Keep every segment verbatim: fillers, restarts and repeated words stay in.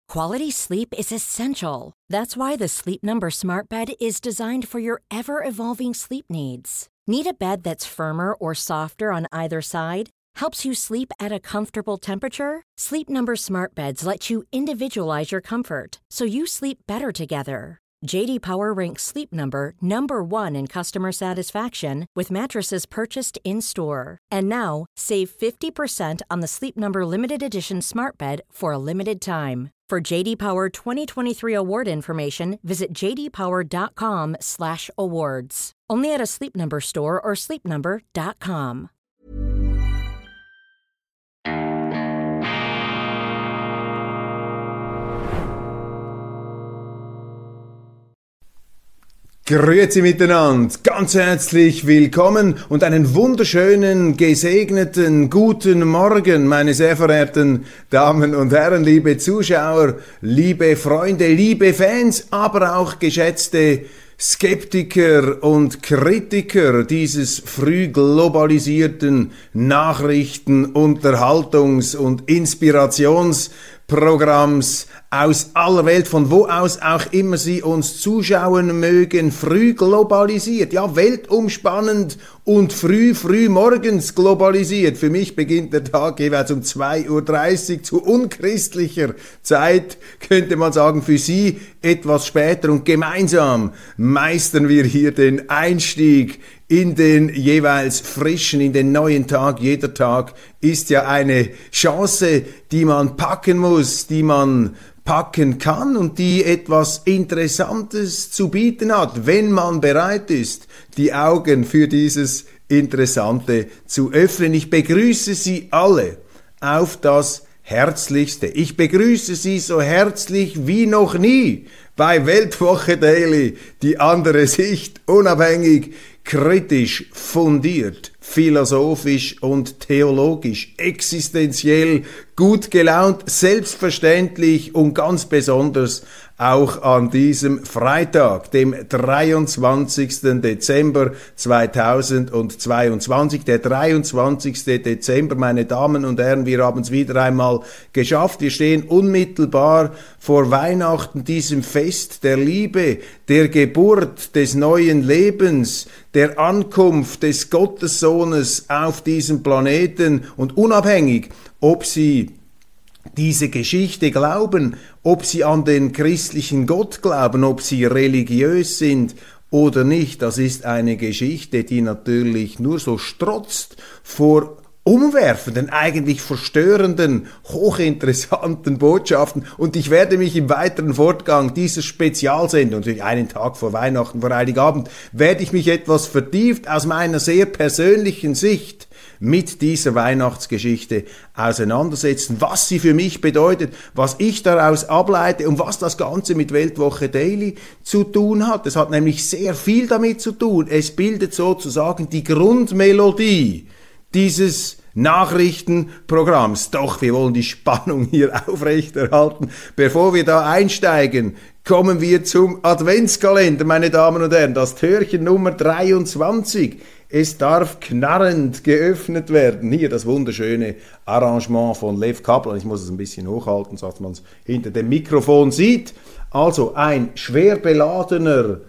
Quality sleep is essential. That's why the Sleep Number Smart Bed is designed for your ever-evolving sleep needs. Need a bed that's firmer or softer on either side? Helps you sleep at a comfortable temperature? Sleep Number Smart Beds let you individualize your comfort, so you sleep better together. J D Power ranks Sleep Number number one in customer satisfaction with mattresses purchased in-store. And now, save fifty percent on the Sleep Number Limited Edition Smart Bed for a limited time. For J D Power twenty twenty-three award information, visit j d power dot com slash awards. Only at a Sleep Number store or sleep number dot com. Grüezi miteinander, ganz herzlich willkommen und einen wunderschönen, gesegneten, guten Morgen, meine sehr verehrten Damen und Herren, liebe Zuschauer, liebe Freunde, liebe Fans, aber auch geschätzte Skeptiker und Kritiker dieses früh globalisierten Nachrichten-, Unterhaltungs- und Inspirationsprogramms aus aller Welt, von wo aus auch immer Sie uns zuschauen mögen, früh globalisiert, ja, weltumspannend und früh, früh morgens globalisiert. Für mich beginnt der Tag jeweils um zwei Uhr dreißig zu unchristlicher Zeit, könnte man sagen, für Sie etwas später, und gemeinsam meistern wir hier den Einstieg in den jeweils frischen, in den neuen Tag. Jeder Tag ist ja eine Chance, die man packen muss, die man packen kann und die etwas Interessantes zu bieten hat, wenn man bereit ist, die Augen für dieses Interessante zu öffnen. Ich begrüße Sie alle auf das Herzlichste. Ich begrüße Sie so herzlich wie noch nie bei Weltwoche Daily, die andere Sicht, unabhängig, kritisch, fundiert, philosophisch und theologisch, existenziell, gut gelaunt, selbstverständlich und ganz besonders auch an diesem Freitag, dem dreiundzwanzigsten Dezember zweitausendzweiundzwanzig. Der dreiundzwanzigste Dezember, meine Damen und Herren, wir haben es wieder einmal geschafft. Wir stehen unmittelbar vor Weihnachten, diesem Fest der Liebe, der Geburt des neuen Lebens, der Ankunft des Gottessohnes auf diesem Planeten, und unabhängig, ob Sie diese Geschichte glauben, ob Sie an den christlichen Gott glauben, ob Sie religiös sind oder nicht, das ist eine Geschichte, die natürlich nur so strotzt vor umwerfenden, eigentlich verstörenden, hochinteressanten Botschaften, und ich werde mich im weiteren Fortgang dieser Spezialsendung, natürlich einen Tag vor Weihnachten, vor Heiligabend, werde ich mich etwas vertieft aus meiner sehr persönlichen Sicht mit dieser Weihnachtsgeschichte auseinandersetzen, was sie für mich bedeutet, was ich daraus ableite und was das Ganze mit Weltwoche Daily zu tun hat. Es hat nämlich sehr viel damit zu tun. Es bildet sozusagen die Grundmelodie dieses Nachrichtenprogramms. Doch, wir wollen die Spannung hier aufrechterhalten. Bevor wir da einsteigen, kommen wir zum Adventskalender, meine Damen und Herren. Das Türchen Nummer dreiundzwanzig. Es darf knarrend geöffnet werden. Hier das wunderschöne Arrangement von Lev Kaplan. Ich muss es ein bisschen hochhalten, so dass man es hinter dem Mikrofon sieht. Also ein schwer beladener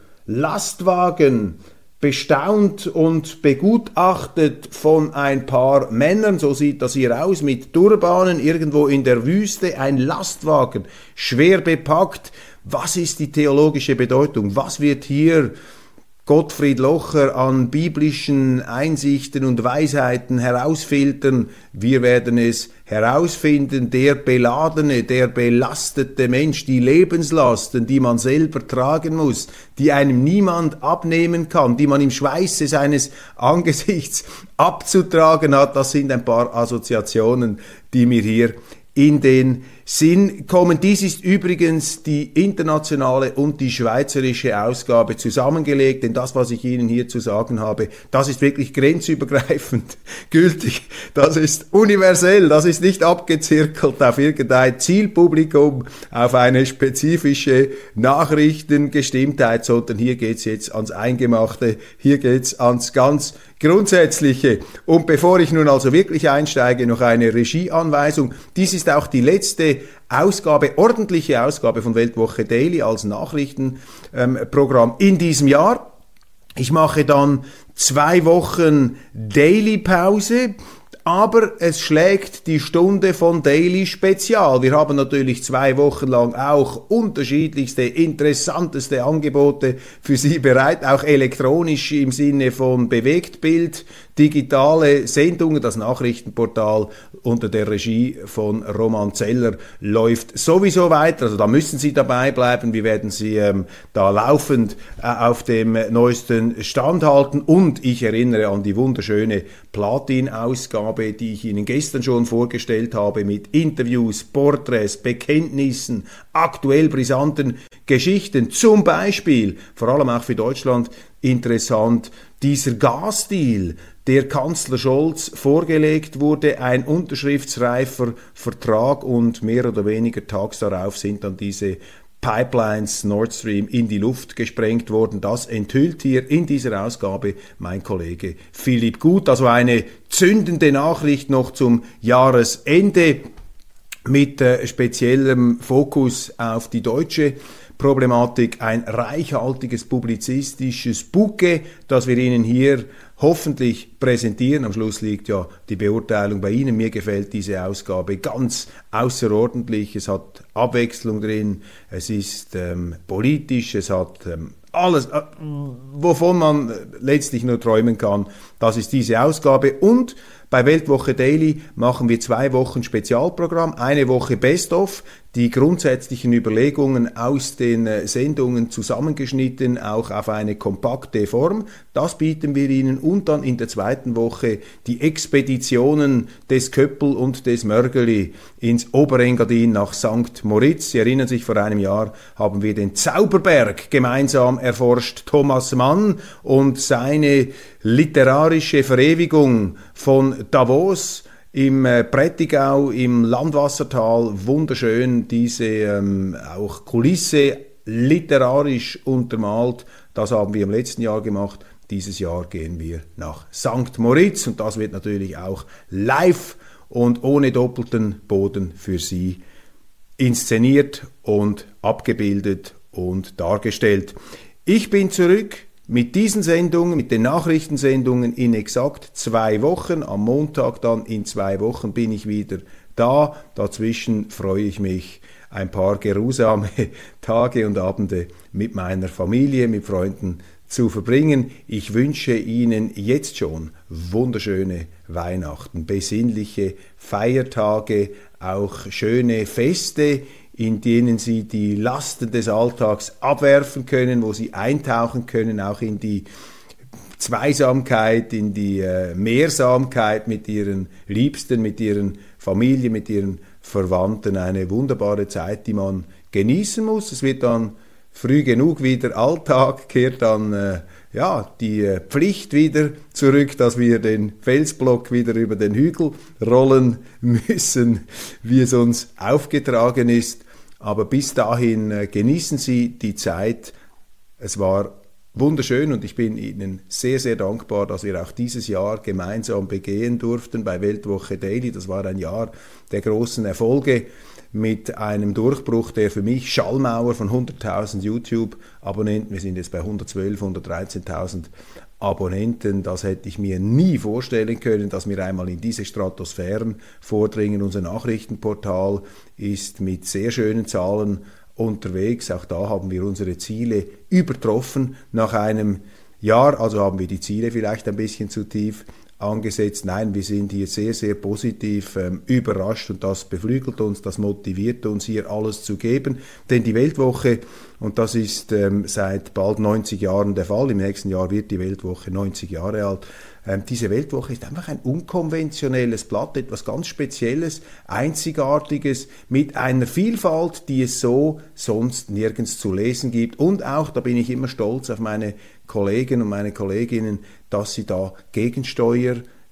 Lastwagen, bestaunt und begutachtet von ein paar Männern, so sieht das hier aus, mit Turbanen irgendwo in der Wüste, ein Lastwagen, schwer bepackt. Was ist die theologische Bedeutung? Was wird hier Gottfried Locher an biblischen Einsichten und Weisheiten herausfiltern? Wir werden es herausfinden. Der beladene, der belastete Mensch, die Lebenslasten, die man selber tragen muss, die einem niemand abnehmen kann, die man im Schweiße seines Angesichts abzutragen hat, das sind ein paar Assoziationen, die mir hier in den Sinn kommen. Dies ist übrigens die internationale und die schweizerische Ausgabe zusammengelegt, denn das, was ich Ihnen hier zu sagen habe, das ist wirklich grenzübergreifend gültig, das ist universell, das ist nicht abgezirkelt auf irgendein Zielpublikum, auf eine spezifische Nachrichtengestimmtheit, sondern hier geht's jetzt ans Eingemachte, hier geht's ans ganz grundsätzliche. Und bevor ich nun also wirklich einsteige, noch eine Regieanweisung. Dies ist auch die letzte Ausgabe, ordentliche Ausgabe von Weltwoche Daily als Nachrichtenprogramm ähm, in diesem Jahr. Ich mache dann zwei Wochen Daily-Pause. Aber es schlägt die Stunde von Daily Spezial. Wir haben natürlich zwei Wochen lang auch unterschiedlichste, interessanteste Angebote für Sie bereit, auch elektronisch im Sinne von Bewegtbild, digitale Sendungen. Das Nachrichtenportal unter der Regie von Roman Zeller läuft sowieso weiter. Also da müssen Sie dabei bleiben. Wir werden Sie ähm, da laufend äh, auf dem neuesten Stand halten. Und ich erinnere an die wunderschöne Platin-Ausgabe, die ich Ihnen gestern schon vorgestellt habe, mit Interviews, Porträts, Bekenntnissen, aktuell brisanten Geschichten. Zum Beispiel, vor allem auch für Deutschland interessant, dieser Gasdeal, der Kanzler Scholz vorgelegt wurde, ein unterschriftsreifer Vertrag, und mehr oder weniger tags darauf sind dann diese Pipelines Nord Stream in die Luft gesprengt worden. Das enthüllt hier in dieser Ausgabe mein Kollege Philipp Gut. Also eine zündende Nachricht noch zum Jahresende mit äh, speziellem Fokus auf die deutsche Problematik, ein reichhaltiges publizistisches Bouquet, das wir Ihnen hier hoffentlich präsentieren. Am Schluss liegt ja die Beurteilung bei Ihnen. Mir gefällt diese Ausgabe ganz außerordentlich. Es hat Abwechslung drin, es ist ähm, politisch, es hat ähm, alles, äh, wovon man letztlich nur träumen kann. Das ist diese Ausgabe. Und bei Weltwoche Daily machen wir zwei Wochen Spezialprogramm, eine Woche Best-of, die grundsätzlichen Überlegungen aus den Sendungen zusammengeschnitten, auch auf eine kompakte Form. Das bieten wir Ihnen. Und dann in der zweiten Woche die Expeditionen des Köppel und des Mörgeli ins Oberengadin nach Sankt Moritz. Sie erinnern sich, vor einem Jahr haben wir den Zauberberg gemeinsam erforscht. Thomas Mann und seine literarische Verewigung von Davos im äh, Prättigau, im Landwassertal, wunderschön diese ähm, auch Kulisse literarisch untermalt. Das haben wir im letzten Jahr gemacht. Dieses Jahr gehen wir nach Sankt Moritz, und das wird natürlich auch live und ohne doppelten Boden für Sie inszeniert und abgebildet und dargestellt. Ich bin zurück mit diesen Sendungen, mit den Nachrichtensendungen in exakt zwei Wochen. Am Montag dann in zwei Wochen bin ich wieder da. Dazwischen freue ich mich, ein paar geruhsame Tage und Abende mit meiner Familie, mit Freunden zu verbringen. Ich wünsche Ihnen jetzt schon wunderschöne Weihnachten, besinnliche Feiertage, auch schöne Feste, in denen Sie die Lasten des Alltags abwerfen können, wo Sie eintauchen können, auch in die Zweisamkeit, in die äh, Mehrsamkeit mit Ihren Liebsten, mit Ihren Familien, mit Ihren Verwandten. Eine wunderbare Zeit, die man genießen muss. Es wird dann früh genug wieder Alltag, kehrt dann äh, ja, die äh, Pflicht wieder zurück, dass wir den Felsblock wieder über den Hügel rollen müssen, wie es uns aufgetragen ist. Aber bis dahin äh, genießen Sie die Zeit. Es war wunderschön und ich bin Ihnen sehr, sehr dankbar, dass wir auch dieses Jahr gemeinsam begehen durften bei Weltwoche Daily. Das war ein Jahr der großen Erfolge mit einem Durchbruch der für mich Schallmauer von hunderttausend YouTube-Abonnenten. Wir sind jetzt bei hundertzwölf, hundertdreizehntausend Abonnenten. Das hätte ich mir nie vorstellen können, dass wir einmal in diese Stratosphären vordringen. Unser Nachrichtenportal ist mit sehr schönen Zahlen unterwegs. Auch da haben wir unsere Ziele übertroffen nach einem Jahr. Also haben wir die Ziele vielleicht ein bisschen zu tief angesetzt. Nein, wir sind hier sehr, sehr positiv ähm, überrascht und das beflügelt uns, das motiviert uns, hier alles zu geben. Denn die Weltwoche, und das ist ähm, seit bald neunzig Jahren der Fall, im nächsten Jahr wird die Weltwoche neunzig Jahre alt, ähm, diese Weltwoche ist einfach ein unkonventionelles Blatt, etwas ganz Spezielles, Einzigartiges, mit einer Vielfalt, die es so sonst nirgends zu lesen gibt. Und auch, da bin ich immer stolz auf meine Kollegen und meine Kolleginnen, dass sie da Gegensteuer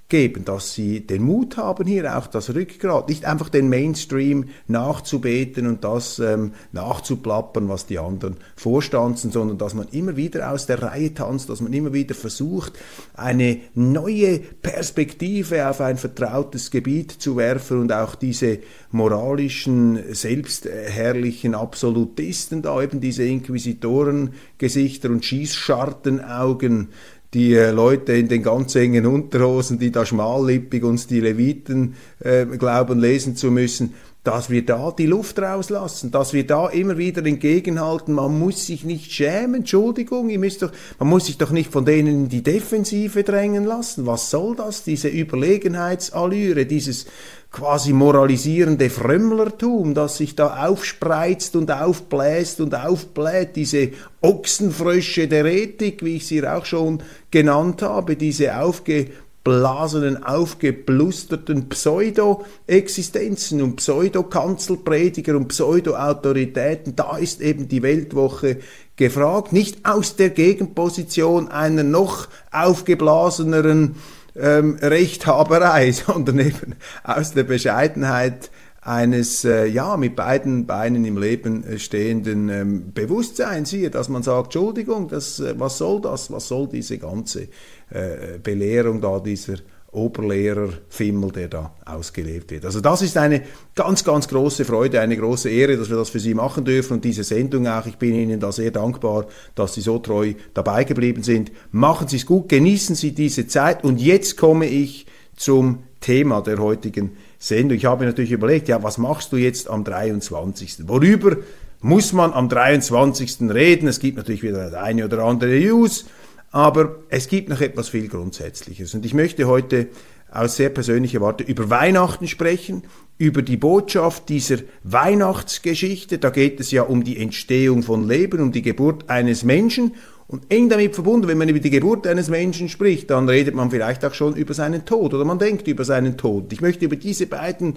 geben, dass sie den Mut haben, hier auch das Rückgrat, nicht einfach den Mainstream nachzubeten und das ähm, nachzuplappern, was die anderen vorstanzen, sondern dass man immer wieder aus der Reihe tanzt, dass man immer wieder versucht, eine neue Perspektive auf ein vertrautes Gebiet zu werfen und auch diese moralischen, selbstherrlichen Absolutisten da, eben diese Inquisitorengesichter und Schießschartenaugen, die äh, Leute in den ganz engen Unterhosen, die da schmallippig uns die Leviten äh, glauben lesen zu müssen, dass wir da die Luft rauslassen, dass wir da immer wieder entgegenhalten, man muss sich nicht schämen, Entschuldigung, ihr müsst doch, man muss sich doch nicht von denen in die Defensive drängen lassen. Was soll das, diese Überlegenheitsallüre, dieses quasi moralisierende Frömmlertum, das sich da aufspreizt und aufbläst und aufbläht, diese Ochsenfrösche der Ethik, wie ich sie auch schon genannt habe, diese aufgeblasenen, aufgeblusterten Pseudo-Existenzen und Pseudo-Kanzelprediger und Pseudo-Autoritäten, da ist eben die Weltwoche gefragt, nicht aus der Gegenposition einer noch aufgeblaseneren Ähm, Rechthaberei, sondern eben aus der Bescheidenheit eines, äh, ja, mit beiden Beinen im Leben stehenden ähm, Bewusstseins hier, dass man sagt, Entschuldigung, das, äh, was soll das, was soll diese ganze äh, Belehrung da, dieser Oberlehrerfimmel, der da ausgelebt wird. Also das ist eine ganz, ganz große Freude, eine große Ehre, dass wir das für Sie machen dürfen und diese Sendung auch. Ich bin Ihnen da sehr dankbar, dass Sie so treu dabei geblieben sind. Machen Sie es gut, genießen Sie diese Zeit und jetzt komme ich zum Thema der heutigen Sendung. Ich habe mir natürlich überlegt, ja, was machst du jetzt am dreiundzwanzigsten? Worüber muss man am dreiundzwanzigsten reden? Es gibt natürlich wieder das eine oder andere News, aber es gibt noch etwas viel Grundsätzliches. Und ich möchte heute aus sehr persönlicher Warte über Weihnachten sprechen, über die Botschaft dieser Weihnachtsgeschichte. Da geht es ja um die Entstehung von Leben, um die Geburt eines Menschen. Und eng damit verbunden, wenn man über die Geburt eines Menschen spricht, dann redet man vielleicht auch schon über seinen Tod oder man denkt über seinen Tod. Ich möchte über diese beiden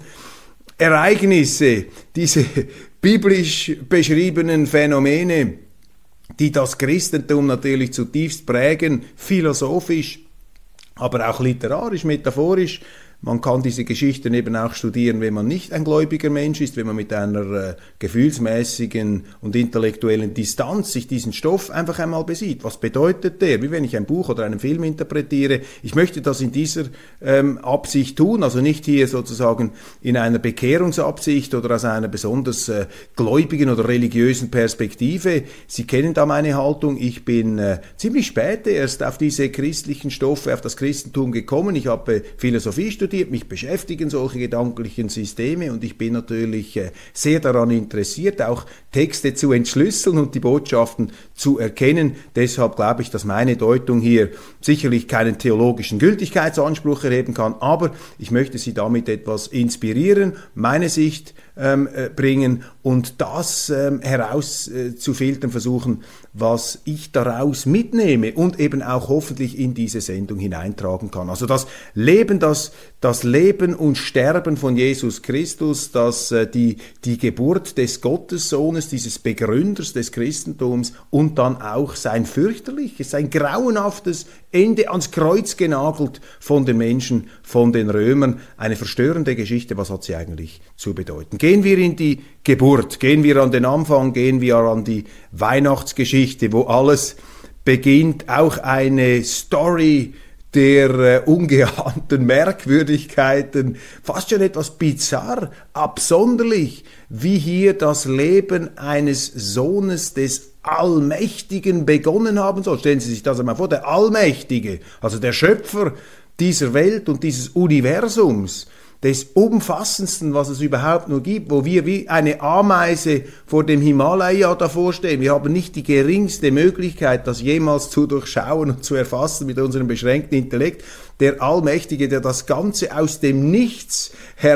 Ereignisse, diese biblisch beschriebenen Phänomene, die das Christentum natürlich zutiefst prägen, philosophisch, aber auch literarisch, metaphorisch. Man kann diese Geschichten eben auch studieren, wenn man nicht ein gläubiger Mensch ist, wenn man mit einer äh, gefühlsmäßigen und intellektuellen Distanz sich diesen Stoff einfach einmal besieht. Was bedeutet der? Wie wenn ich ein Buch oder einen Film interpretiere. Ich möchte das in dieser ähm, Absicht tun, also nicht hier sozusagen in einer Bekehrungsabsicht oder aus einer besonders äh, gläubigen oder religiösen Perspektive. Sie kennen da meine Haltung. Ich bin äh, ziemlich spät erst auf diese christlichen Stoffe, auf das Christentum gekommen. Ich habe Philosophie studiert, mich beschäftigen solche gedanklichen Systeme und ich bin natürlich äh, sehr daran interessiert, auch Texte zu entschlüsseln und die Botschaften zu erkennen. Deshalb glaube ich, dass meine Deutung hier sicherlich keinen theologischen Gültigkeitsanspruch erheben kann, aber ich möchte Sie damit etwas inspirieren, meine Sicht ähm, äh, bringen und das ähm, herauszufiltern äh, versuchen, was ich daraus mitnehme und eben auch hoffentlich in diese Sendung hineintragen kann. Also das Leben, das, das Leben und Sterben von Jesus Christus, das, äh, die, die Geburt des Gottessohnes, dieses Begründers des Christentums und dann auch sein fürchterliches, sein grauenhaftes Ende ans Kreuz genagelt von den Menschen, von den Römern. Eine verstörende Geschichte, was hat sie eigentlich zu bedeuten? Gehen wir in die Geburt, gehen wir an den Anfang, gehen wir an die Weihnachtsgeschichte, wo alles beginnt, auch eine Story der äh, ungeahnten Merkwürdigkeiten, fast schon etwas bizarr, absonderlich, wie hier das Leben eines Sohnes des Allmächtigen begonnen haben soll. Stellen Sie sich das einmal vor, der Allmächtige, also der Schöpfer dieser Welt und dieses Universums, des umfassendsten, was es überhaupt nur gibt, wo wir wie eine Ameise vor dem Himalaya davor stehen. Wir haben nicht die geringste Möglichkeit, das jemals zu durchschauen und zu erfassen mit unserem beschränkten Intellekt. Der Allmächtige, der das Ganze aus dem Nichts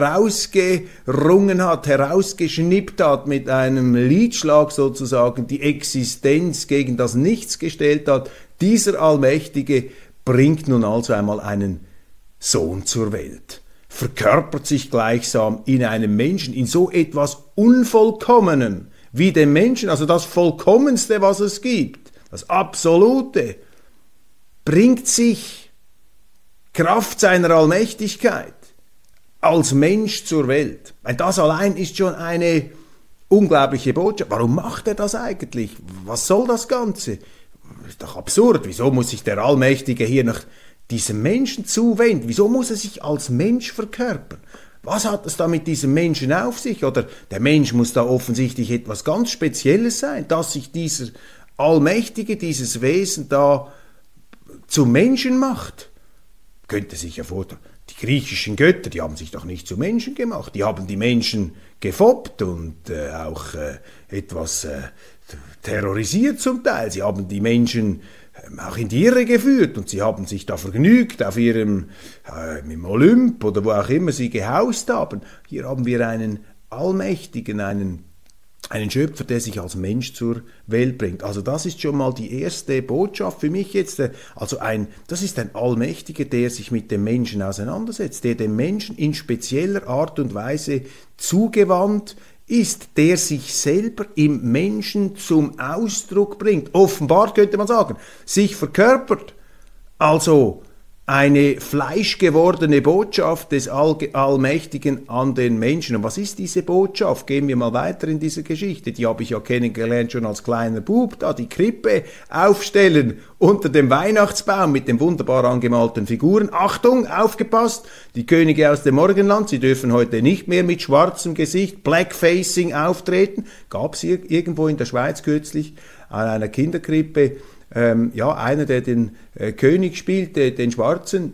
herausgerungen hat, herausgeschnippt hat, mit einem Liedschlag sozusagen die Existenz gegen das Nichts gestellt hat, dieser Allmächtige bringt nun also einmal einen Sohn zur Welt, verkörpert sich gleichsam in einem Menschen, in so etwas Unvollkommenen wie dem Menschen, also das Vollkommenste, was es gibt, das Absolute, bringt sich Kraft seiner Allmächtigkeit als Mensch zur Welt. Das allein ist schon eine unglaubliche Botschaft. Warum macht er das eigentlich? Was soll das Ganze? Das ist doch absurd. Wieso muss sich der Allmächtige hier nach diesem Menschen zuwenden? Wieso muss er sich als Mensch verkörpern? Was hat es da mit diesem Menschen auf sich? Oder der Mensch muss da offensichtlich etwas ganz Spezielles sein, dass sich dieser Allmächtige, dieses Wesen da zum Menschen macht. Könnte sich ja vorstellen, die griechischen Götter, die haben sich doch nicht zu Menschen gemacht. Die haben die Menschen gefoppt und äh, auch äh, etwas äh, terrorisiert zum Teil. Sie haben die Menschen äh, auch in die Irre geführt und sie haben sich da vergnügt auf ihrem äh, im Olymp oder wo auch immer sie gehaust haben. Hier haben wir einen Allmächtigen, einen Einen Schöpfer, der sich als Mensch zur Welt bringt. Also das ist schon mal die erste Botschaft für mich jetzt. Also ein, das ist ein Allmächtiger, der sich mit dem Menschen auseinandersetzt, der dem Menschen in spezieller Art und Weise zugewandt ist, der sich selber im Menschen zum Ausdruck bringt. Offenbart könnte man sagen, sich verkörpert. Also eine fleischgewordene Botschaft des All- Allmächtigen an den Menschen. Und was ist diese Botschaft? Gehen wir mal weiter in dieser Geschichte. Die habe ich ja kennengelernt schon als kleiner Bub. Da die Krippe aufstellen unter dem Weihnachtsbaum mit den wunderbar angemalten Figuren. Achtung, aufgepasst, die Könige aus dem Morgenland, sie dürfen heute nicht mehr mit schwarzem Gesicht, Blackfacing auftreten. Gab es irgendwo in der Schweiz kürzlich an einer Kinderkrippe. Ähm, ja, einer, der den äh, König spielte, den Schwarzen,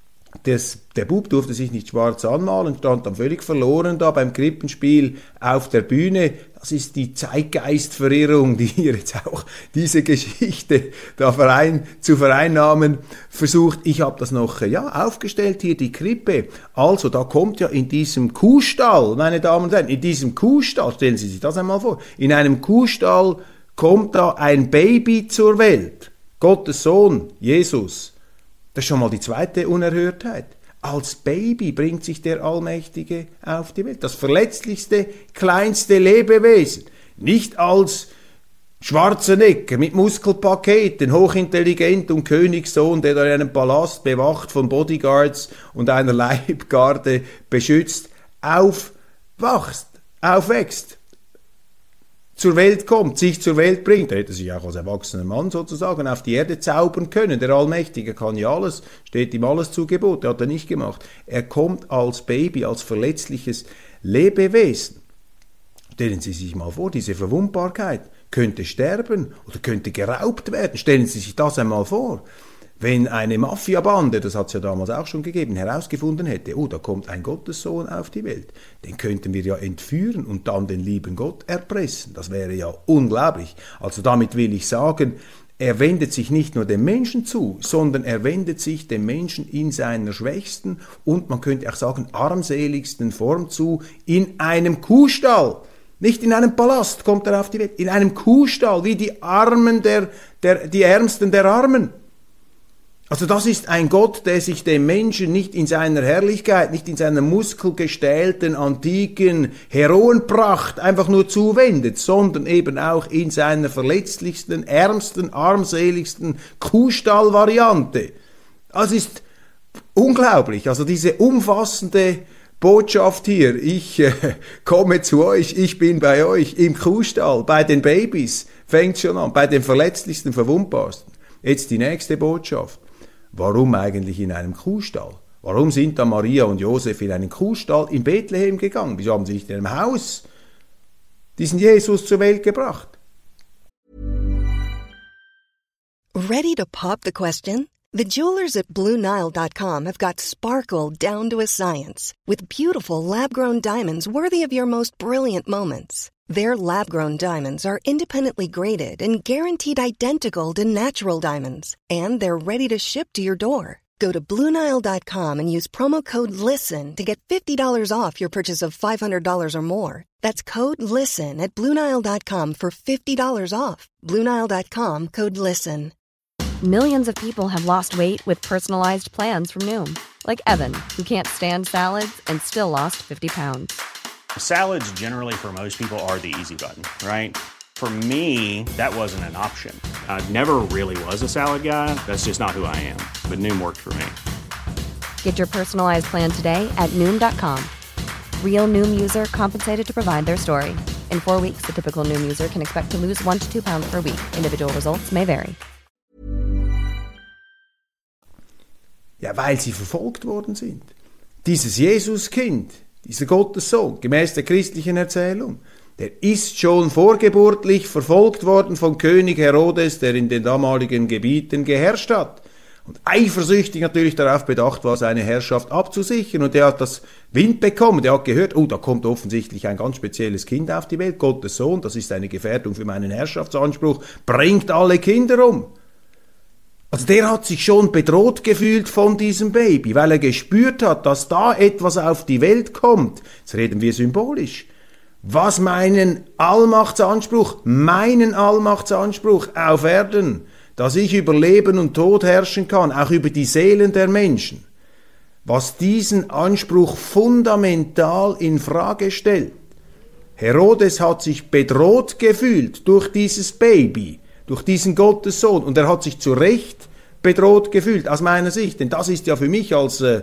des, der Bub durfte sich nicht schwarz anmalen, stand dann völlig verloren da beim Krippenspiel auf der Bühne. Das ist die Zeitgeistverirrung, die hier jetzt auch diese Geschichte da verein, zu vereinnahmen versucht. Ich habe das noch äh, ja, aufgestellt, hier die Krippe. Also da kommt ja in diesem Kuhstall, meine Damen und Herren, in diesem Kuhstall, stellen Sie sich das einmal vor, in einem Kuhstall kommt da ein Baby zur Welt, Gottes Sohn, Jesus. Das ist schon mal die zweite Unerhörtheit. Als Baby bringt sich der Allmächtige auf die Welt. Das verletzlichste, kleinste Lebewesen. Nicht als Schwarzenegger mit Muskelpaketen, hochintelligent und Königssohn, der da in einem Palast bewacht von Bodyguards und einer Leibgarde beschützt, aufwachst, aufwächst, zur Welt kommt, sich zur Welt bringt. Er hätte sich auch als erwachsener Mann sozusagen auf die Erde zaubern können. Der Allmächtige kann ja alles, steht ihm alles zu Gebote, hat er nicht gemacht. Er kommt als Baby, als verletzliches Lebewesen. Stellen Sie sich mal vor, diese Verwundbarkeit könnte sterben oder könnte geraubt werden. Stellen Sie sich das einmal vor. Wenn eine Mafiabande, das hat es ja damals auch schon gegeben, herausgefunden hätte, oh, da kommt ein Gottessohn auf die Welt, den könnten wir ja entführen und dann den lieben Gott erpressen. Das wäre ja unglaublich. Also damit will ich sagen, er wendet sich nicht nur dem Menschen zu, sondern er wendet sich dem Menschen in seiner schwächsten und man könnte auch sagen armseligsten Form zu, in einem Kuhstall. Nicht in einem Palast kommt er auf die Welt, in einem Kuhstall, wie die Armen der, der, die Ärmsten der Armen. Also das ist ein Gott, der sich dem Menschen nicht in seiner Herrlichkeit, nicht in seiner muskelgestählten, antiken Heroenpracht einfach nur zuwendet, sondern eben auch in seiner verletzlichsten, ärmsten, armseligsten Kuhstall-Variante. Das ist unglaublich. Also diese umfassende Botschaft hier, ich äh, komme zu euch, ich bin bei euch im Kuhstall, bei den Babys, fängt schon an, bei den verletzlichsten, verwundbarsten. Jetzt die nächste Botschaft. Warum eigentlich in einem Kuhstall? Warum sind da Maria und Josef in einen Kuhstall in Bethlehem gegangen? Wieso haben sie nicht in einem Haus diesen Jesus zur Welt gebracht? Ready to pop the question? The jewelers at Blue Nile dot com have got sparkle down to a science with beautiful lab-grown diamonds worthy of your most brilliant moments. Their lab-grown diamonds are independently graded and guaranteed identical to natural diamonds. And they're ready to ship to your door. Go to Blue Nile dot com and use promo code LISTEN to get fifty dollars off your purchase of five hundred dollars or more. That's code LISTEN at Blue Nile dot com for fifty dollars off. Blue Nile dot com, code LISTEN. Millions of people have lost weight with personalized plans from Noom. Like Evan, who can't stand salads and still lost fifty pounds. Salads generally for most people are the easy button, right? For me, that wasn't an option. I never really was a salad guy. That's just not who I am. But Noom worked for me. Get your personalized plan today at Noom dot com. Real Noom user compensated to provide their story. In four weeks, the typical Noom user can expect to lose one to two pounds per week. Individual results may vary. Ja, weil sie verfolgt worden sind. Dieses Jesuskind, dieser Gottessohn, gemäß der christlichen Erzählung, der ist schon vorgeburtlich verfolgt worden von König Herodes, der in den damaligen Gebieten geherrscht hat. Und eifersüchtig natürlich darauf bedacht war, seine Herrschaft abzusichern. Und er hat das Wind bekommen, der hat gehört, oh, da kommt offensichtlich ein ganz spezielles Kind auf die Welt, Gottes Sohn, das ist eine Gefährdung für meinen Herrschaftsanspruch, bringt alle Kinder um. Also der hat sich schon bedroht gefühlt von diesem Baby, weil er gespürt hat, dass da etwas auf die Welt kommt. Jetzt reden wir symbolisch. Was meinen Allmachtsanspruch, meinen Allmachtsanspruch auf Erden, dass ich über Leben und Tod herrschen kann, auch über die Seelen der Menschen, was diesen Anspruch fundamental in Frage stellt. Herodes hat sich bedroht gefühlt durch dieses Baby, durch diesen Gottessohn, und er hat sich zu Recht bedroht gefühlt, aus meiner Sicht, denn das ist ja für mich als äh,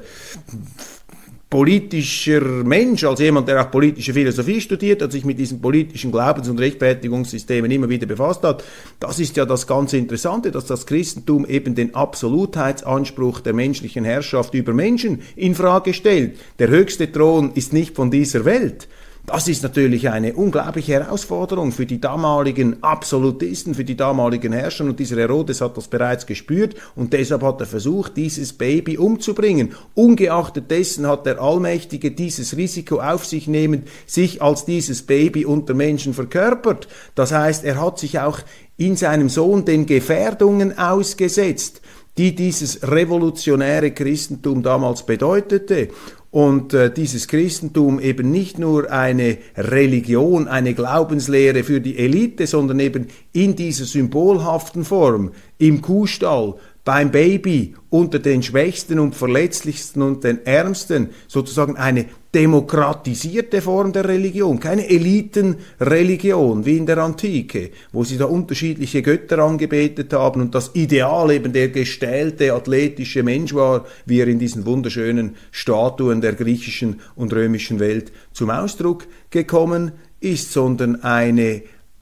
politischer Mensch, als jemand, der auch politische Philosophie studiert hat, sich mit diesen politischen Glaubens- und Rechtfertigungssystemen immer wieder befasst hat, das ist ja das ganz Interessante, dass das Christentum eben den Absolutheitsanspruch der menschlichen Herrschaft über Menschen in Frage stellt. Der höchste Thron ist nicht von dieser Welt. Das ist natürlich eine unglaubliche Herausforderung für die damaligen Absolutisten, für die damaligen Herrscher, und dieser Herodes hat das bereits gespürt und deshalb hat er versucht, dieses Baby umzubringen. Ungeachtet dessen hat der Allmächtige dieses Risiko auf sich nehmend sich als dieses Baby unter Menschen verkörpert. Das heißt, er hat sich auch in seinem Sohn den Gefährdungen ausgesetzt, die dieses revolutionäre Christentum damals bedeutete. Und äh, dieses Christentum eben nicht nur eine Religion, eine Glaubenslehre für die Elite, sondern eben in dieser symbolhaften Form, im Kuhstall, beim Baby, unter den Schwächsten und Verletzlichsten und den Ärmsten, sozusagen eine demokratisierte Form der Religion, keine Elitenreligion wie in der Antike, wo sie da unterschiedliche Götter angebetet haben und das Ideal eben der gestählte, athletische Mensch war, wie er in diesen wunderschönen Statuen der griechischen und römischen Welt zum Ausdruck gekommen ist, sondern eine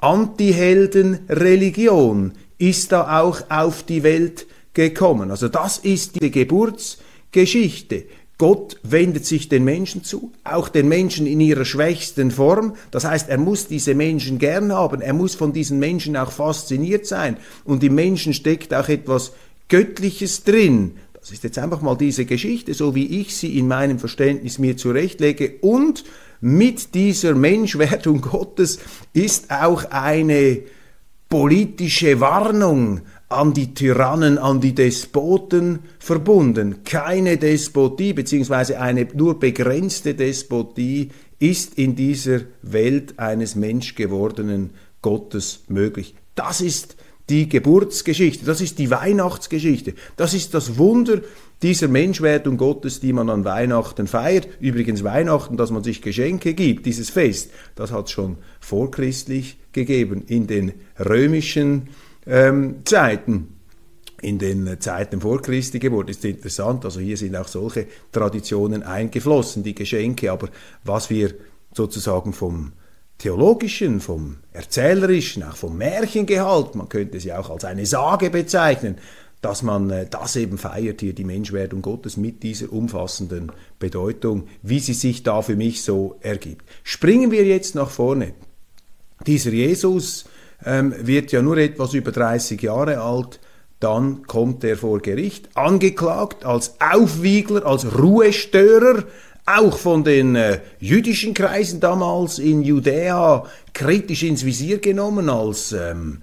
Antiheldenreligion ist da auch auf die Welt gekommen. Also das ist die Geburtsgeschichte. Gott wendet sich den Menschen zu, auch den Menschen in ihrer schwächsten Form. Das heißt, er muss diese Menschen gern haben, er muss von diesen Menschen auch fasziniert sein. Und im Menschen steckt auch etwas Göttliches drin. Das ist jetzt einfach mal diese Geschichte, so wie ich sie in meinem Verständnis mir zurechtlege. Und mit dieser Menschwerdung Gottes ist auch eine politische Warnung an die Tyrannen, an die Despoten verbunden. Keine Despotie, beziehungsweise eine nur begrenzte Despotie ist in dieser Welt eines menschgewordenen Gottes möglich. Das ist die Geburtsgeschichte, das ist die Weihnachtsgeschichte, das ist das Wunder dieser Menschwerdung Gottes, die man an Weihnachten feiert. Übrigens Weihnachten, dass man sich Geschenke gibt, dieses Fest, das hat es schon vorchristlich gegeben, in den römischen ähm, Zeiten. In den Zeiten vor Christi Geburt ist interessant, also hier sind auch solche Traditionen eingeflossen, die Geschenke, aber was wir sozusagen vom Theologischen, vom Erzählerischen, auch vom Märchengehalt, man könnte es ja auch als eine Sage bezeichnen, dass man äh, das eben feiert, hier die Menschwerdung Gottes mit dieser umfassenden Bedeutung, wie sie sich da für mich so ergibt. Springen wir jetzt nach vorne. Dieser Jesus ähm, wird ja nur etwas über dreißig Jahre alt, dann kommt er vor Gericht, angeklagt als Aufwiegler, als Ruhestörer, auch von den äh, jüdischen Kreisen damals in Judäa kritisch ins Visier genommen, als ähm,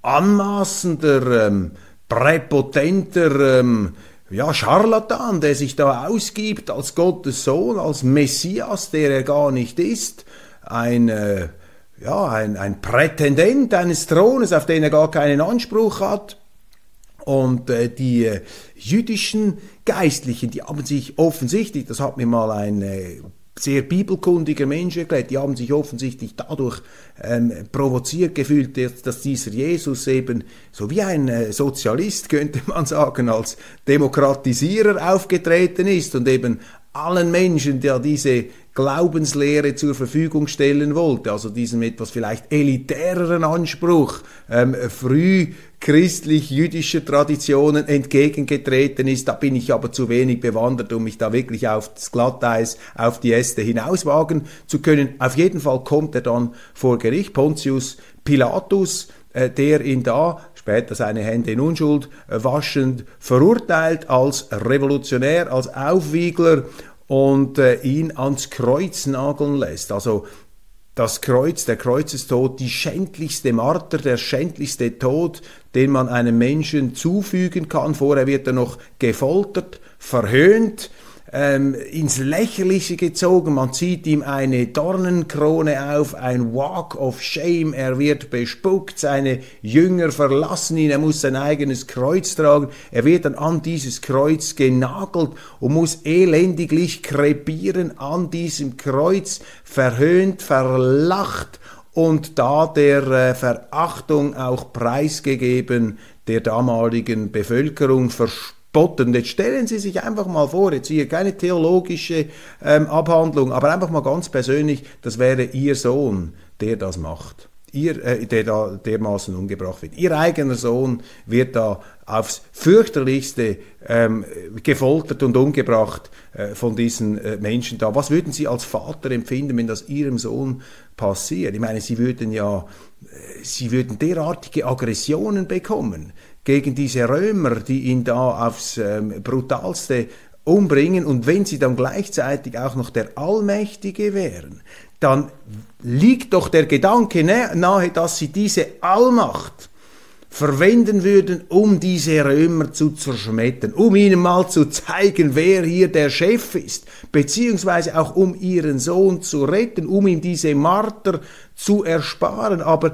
anmaßender, ähm, präpotenter ähm, ja, Scharlatan, der sich da ausgibt als Gottes Sohn, als Messias, der er gar nicht ist, ein, äh, ja, ein, ein Prätendent eines Thrones, auf den er gar keinen Anspruch hat. Und äh, die äh, jüdischen Geistlichen, die haben sich offensichtlich, das hat mir mal ein äh, sehr bibelkundiger Mensch erklärt. Die haben sich offensichtlich dadurch ähm, provoziert gefühlt, dass dieser Jesus eben so wie ein äh, Sozialist, könnte man sagen, als Demokratisierer aufgetreten ist und eben allen Menschen, der diese Glaubenslehre zur Verfügung stellen wollte, also diesem etwas vielleicht elitäreren Anspruch, ähm, früh christlich-jüdischer Traditionen entgegengetreten ist. Da bin ich aber zu wenig bewandert, um mich da wirklich auf das Glatteis, auf die Äste hinauswagen zu können. Auf jeden Fall kommt er dann vor Gericht, Pontius Pilatus, äh, der ihn da später seine Hände in Unschuld äh, waschend verurteilt als Revolutionär, als Aufwiegler und äh, ihn ans Kreuz nageln lässt. Also das Kreuz, der Kreuzestod, die schändlichste Marter, der schändlichste Tod, den man einem Menschen zufügen kann. Vorher wird er noch gefoltert, verhöhnt, ähm, ins Lächerliche gezogen. Man zieht ihm eine Dornenkrone auf, ein Walk of Shame. Er wird bespuckt, seine Jünger verlassen ihn, er muss sein eigenes Kreuz tragen. Er wird dann an dieses Kreuz genagelt und muss elendiglich krepieren an diesem Kreuz, verhöhnt, verlacht und da der äh, Verachtung auch preisgegeben der damaligen Bevölkerung versprochen. Und jetzt stellen Sie sich einfach mal vor, jetzt hier keine theologische ähm, Abhandlung, aber einfach mal ganz persönlich, das wäre Ihr Sohn, der das macht, Ihr, äh, der da dermaßen umgebracht wird. Ihr eigener Sohn wird da aufs fürchterlichste ähm, gefoltert und umgebracht äh, von diesen äh, Menschen da. Was würden Sie als Vater empfinden, wenn das Ihrem Sohn passiert? Ich meine, Sie würden ja, äh, Sie würden derartige Aggressionen bekommen gegen diese Römer, die ihn da aufs ähm, brutalste umbringen, und wenn sie dann gleichzeitig auch noch der Allmächtige wären, dann liegt doch der Gedanke nahe, dass sie diese Allmacht verwenden würden, um diese Römer zu zerschmettern, um ihnen mal zu zeigen, wer hier der Chef ist, beziehungsweise auch um ihren Sohn zu retten, um ihm diese Marter zu ersparen. Aber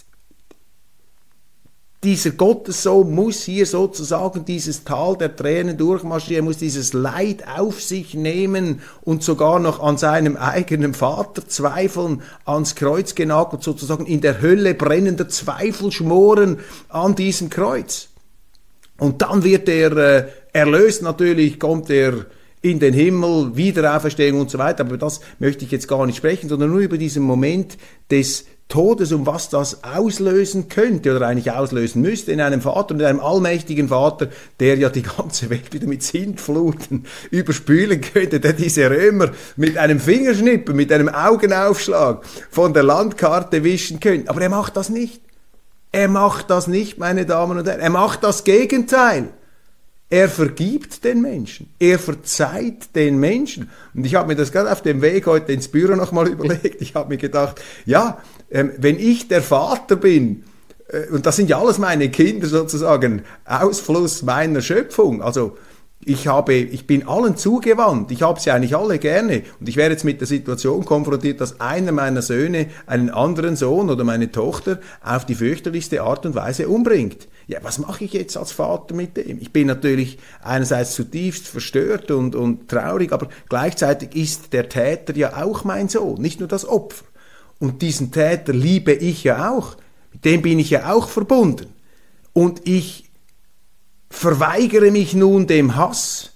dieser Gottessohn muss hier sozusagen dieses Tal der Tränen durchmarschieren, muss dieses Leid auf sich nehmen und sogar noch an seinem eigenen Vater zweifeln, ans Kreuz genagelt, sozusagen in der Hölle brennender Zweifel schmoren an diesem Kreuz. Und dann wird er äh, erlöst, natürlich kommt er in den Himmel, Wiederauferstehung und so weiter, aber über das möchte ich jetzt gar nicht sprechen, sondern nur über diesen Moment des Todes, um was das auslösen könnte oder eigentlich auslösen müsste in einem Vater und in einem allmächtigen Vater, der ja die ganze Welt wieder mit Sintfluten überspülen könnte, der diese Römer mit einem Fingerschnippen, mit einem Augenaufschlag von der Landkarte wischen könnte. Aber er macht das nicht. Er macht das nicht, meine Damen und Herren. Er macht das Gegenteil. Er vergibt den Menschen. Er verzeiht den Menschen. Und ich habe mir das gerade auf dem Weg heute ins Büro nochmal überlegt. Ich habe mir gedacht, ja, ähm, wenn ich der Vater bin, äh, und das sind ja alles meine Kinder sozusagen, Ausfluss meiner Schöpfung, also ich habe, ich bin allen zugewandt, ich habe sie eigentlich alle gerne, und ich wäre jetzt mit der Situation konfrontiert, dass einer meiner Söhne einen anderen Sohn oder meine Tochter auf die fürchterlichste Art und Weise umbringt. Ja, was mache ich jetzt als Vater mit dem? Ich bin natürlich einerseits zutiefst verstört und, und traurig, aber gleichzeitig ist der Täter ja auch mein Sohn, nicht nur das Opfer. Und diesen Täter liebe ich ja auch, mit dem bin ich ja auch verbunden. Und ich verweigere mich nun dem Hass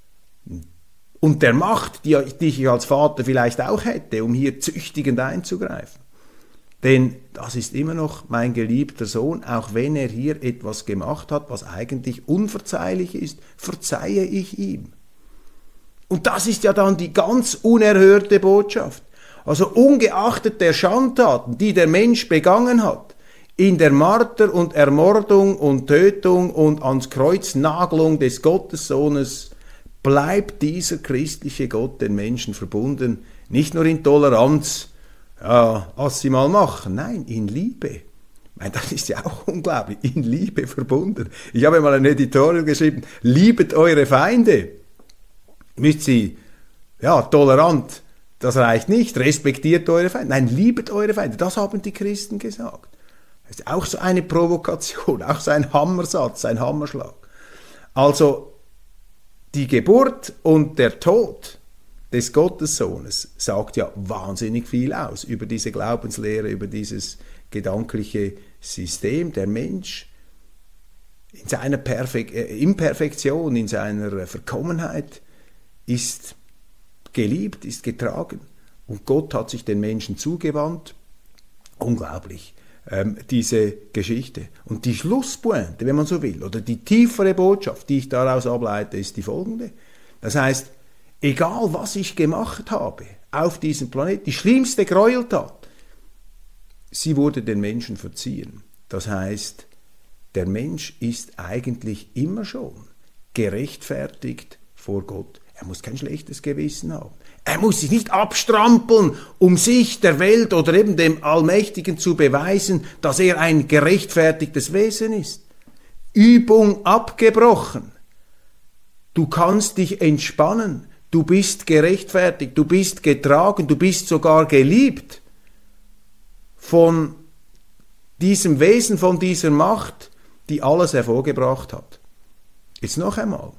und der Macht, die, die ich als Vater vielleicht auch hätte, um hier züchtigend einzugreifen. Denn das ist immer noch mein geliebter Sohn, auch wenn er hier etwas gemacht hat, was eigentlich unverzeihlich ist, verzeihe ich ihm. Und das ist ja dann die ganz unerhörte Botschaft. Also ungeachtet der Schandtaten, die der Mensch begangen hat, in der Marter und Ermordung und Tötung und ans Kreuz Nagelung des Gottessohnes bleibt dieser christliche Gott den Menschen verbunden, nicht nur in Toleranz, ja, was sie mal machen, nein, in Liebe. Ich meine, das ist ja auch unglaublich, in Liebe verbunden. Ich habe mal ein Editorial geschrieben, liebet eure Feinde. Müsst sie, ja, tolerant, das reicht nicht, respektiert eure Feinde. Nein, liebet eure Feinde, das haben die Christen gesagt. Das ist auch so eine Provokation, auch so ein Hammersatz, ein Hammerschlag. Also die Geburt und der Tod des Gottessohnes sagt ja wahnsinnig viel aus über diese Glaubenslehre, über dieses gedankliche System. Der Mensch in seiner Perfek- äh, Imperfektion, in seiner Verkommenheit ist geliebt, ist getragen. Und Gott hat sich den Menschen zugewandt. Unglaublich, ähm, diese Geschichte. Und die Schlusspointe, wenn man so will, oder die tiefere Botschaft, die ich daraus ableite, ist die folgende. Das heißt, egal was ich gemacht habe auf diesem Planeten, die schlimmste Gräueltat, sie wurde den Menschen verziehen. Das heißt, der Mensch ist eigentlich immer schon gerechtfertigt vor Gott. Er muss kein schlechtes Gewissen haben. Er muss sich nicht abstrampeln, um sich, der Welt oder eben dem Allmächtigen zu beweisen, dass er ein gerechtfertigtes Wesen ist. Übung abgebrochen. Du kannst dich entspannen. Du bist gerechtfertigt, du bist getragen, du bist sogar geliebt von diesem Wesen, von dieser Macht, die alles hervorgebracht hat. Jetzt noch einmal,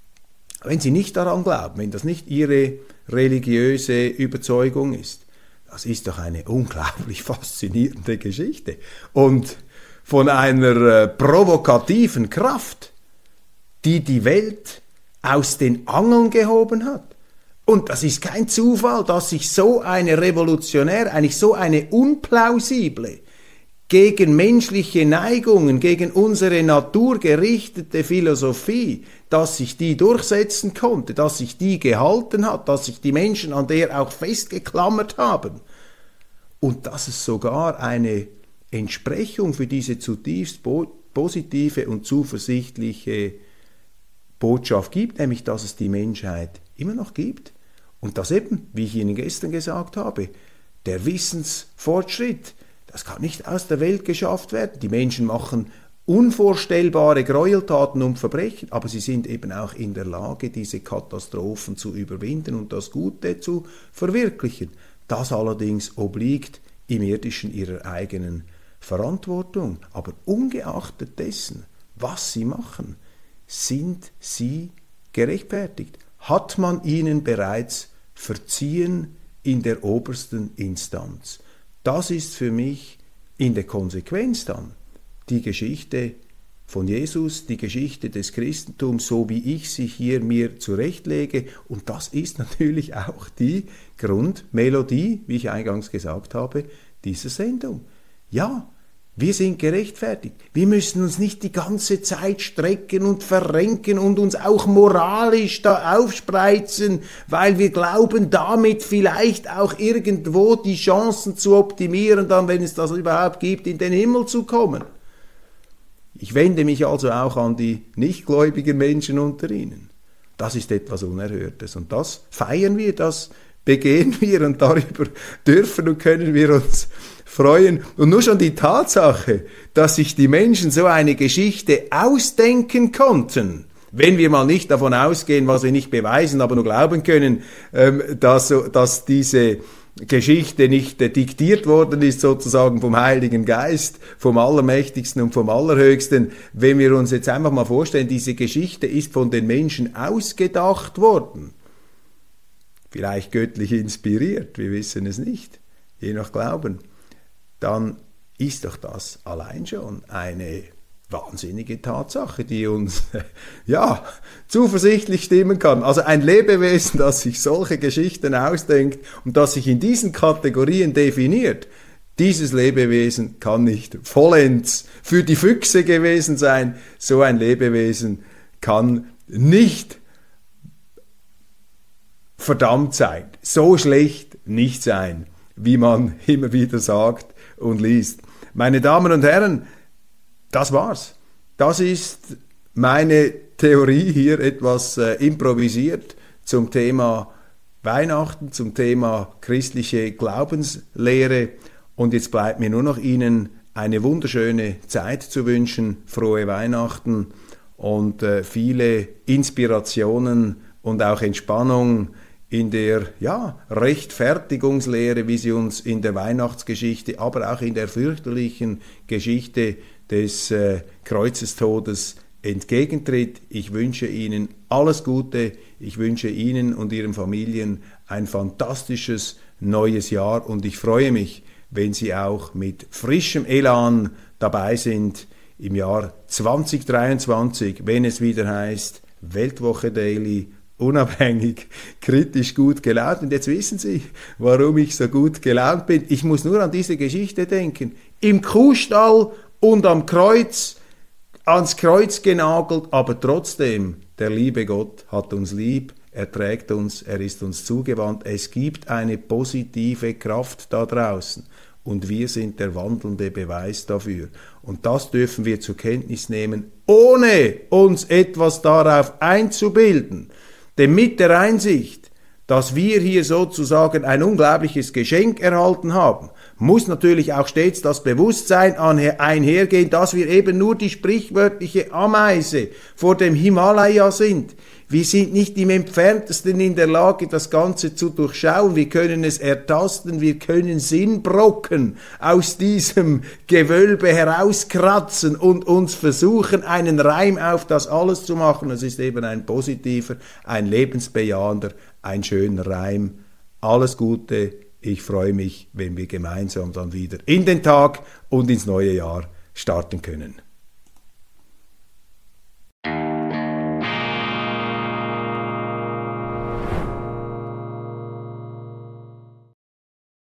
wenn Sie nicht daran glauben, wenn das nicht Ihre religiöse Überzeugung ist, das ist doch eine unglaublich faszinierende Geschichte und von einer äh, provokativen Kraft, die die Welt aus den Angeln gehoben hat. Und das ist kein Zufall, dass sich so eine revolutionär, eigentlich so eine unplausible, gegen menschliche Neigungen, gegen unsere Natur gerichtete Philosophie, dass sich die durchsetzen konnte, dass sich die gehalten hat, dass sich die Menschen an der auch festgeklammert haben. Und dass es sogar eine Entsprechung für diese zutiefst positive und zuversichtliche Botschaft gibt, nämlich dass es die Menschheit immer noch gibt und dass eben, wie ich Ihnen gestern gesagt habe, der Wissensfortschritt, das kann nicht aus der Welt geschafft werden. Die Menschen machen unvorstellbare Gräueltaten und Verbrechen, aber sie sind eben auch in der Lage, diese Katastrophen zu überwinden und das Gute zu verwirklichen. Das allerdings obliegt im Irdischen ihrer eigenen Verantwortung. Aber ungeachtet dessen, was sie machen, sind sie gerechtfertigt? Hat man ihnen bereits verziehen in der obersten Instanz? Das ist für mich in der Konsequenz dann die Geschichte von Jesus, die Geschichte des Christentums, so wie ich sie hier mir zurechtlege. Und das ist natürlich auch die Grundmelodie, wie ich eingangs gesagt habe, dieser Sendung. Ja, wir sind gerechtfertigt. Wir müssen uns nicht die ganze Zeit strecken und verrenken und uns auch moralisch da aufspreizen, weil wir glauben, damit vielleicht auch irgendwo die Chancen zu optimieren, dann, wenn es das überhaupt gibt, in den Himmel zu kommen. Ich wende mich also auch an die nichtgläubigen Menschen unter ihnen. Das ist etwas Unerhörtes und das feiern wir, das begehen wir und darüber dürfen und können wir uns freuen. Und nur schon die Tatsache, dass sich die Menschen so eine Geschichte ausdenken konnten, wenn wir mal nicht davon ausgehen, was wir nicht beweisen, aber nur glauben können, dass, dass diese Geschichte nicht diktiert worden ist, sozusagen vom Heiligen Geist, vom Allermächtigsten und vom Allerhöchsten. Wenn wir uns jetzt einfach mal vorstellen, diese Geschichte ist von den Menschen ausgedacht worden, vielleicht göttlich inspiriert, wir wissen es nicht, je nach Glauben, dann ist doch das allein schon eine wahnsinnige Tatsache, die uns ja zuversichtlich stimmen kann. Also ein Lebewesen, das sich solche Geschichten ausdenkt und das sich in diesen Kategorien definiert, dieses Lebewesen kann nicht vollends für die Füchse gewesen sein. So ein Lebewesen kann nicht verdammt sein, so schlecht nicht sein, wie man immer wieder sagt und liest. Meine Damen und Herren, das war's. Das ist meine Theorie hier etwas äh, improvisiert zum Thema Weihnachten, zum Thema christliche Glaubenslehre. Und jetzt bleibt mir nur noch Ihnen eine wunderschöne Zeit zu wünschen, frohe Weihnachten und äh, viele Inspirationen und auch Entspannung in der ja, Rechtfertigungslehre, wie sie uns in der Weihnachtsgeschichte, aber auch in der fürchterlichen Geschichte des äh, Kreuzestodes entgegentritt. Ich wünsche Ihnen alles Gute, ich wünsche Ihnen und Ihren Familien ein fantastisches neues Jahr und ich freue mich, wenn Sie auch mit frischem Elan dabei sind im Jahr zwanzig dreiundzwanzig, wenn es wieder heißt Weltwoche Daily, unabhängig, kritisch, gut gelaunt. Und jetzt wissen Sie, warum ich so gut gelaunt bin. Ich muss nur an diese Geschichte denken. Im Kuhstall und am Kreuz, ans Kreuz genagelt, aber trotzdem, der liebe Gott hat uns lieb, er trägt uns, er ist uns zugewandt. Es gibt eine positive Kraft da draußen. Und wir sind der wandelnde Beweis dafür. Und das dürfen wir zur Kenntnis nehmen, ohne uns etwas darauf einzubilden. Denn mit der Einsicht, dass wir hier sozusagen ein unglaubliches Geschenk erhalten haben, muss natürlich auch stets das Bewusstsein einhergehen, dass wir eben nur die sprichwörtliche Ameise vor dem Himalaya sind. Wir sind nicht im Entferntesten in der Lage, das Ganze zu durchschauen. Wir können es ertasten, wir können Sinnbrocken aus diesem Gewölbe herauskratzen und uns versuchen, einen Reim auf das alles zu machen. Es ist eben ein positiver, ein lebensbejahender, ein schöner Reim. Alles Gute, ich freue mich, wenn wir gemeinsam dann wieder in den Tag und ins neue Jahr starten können.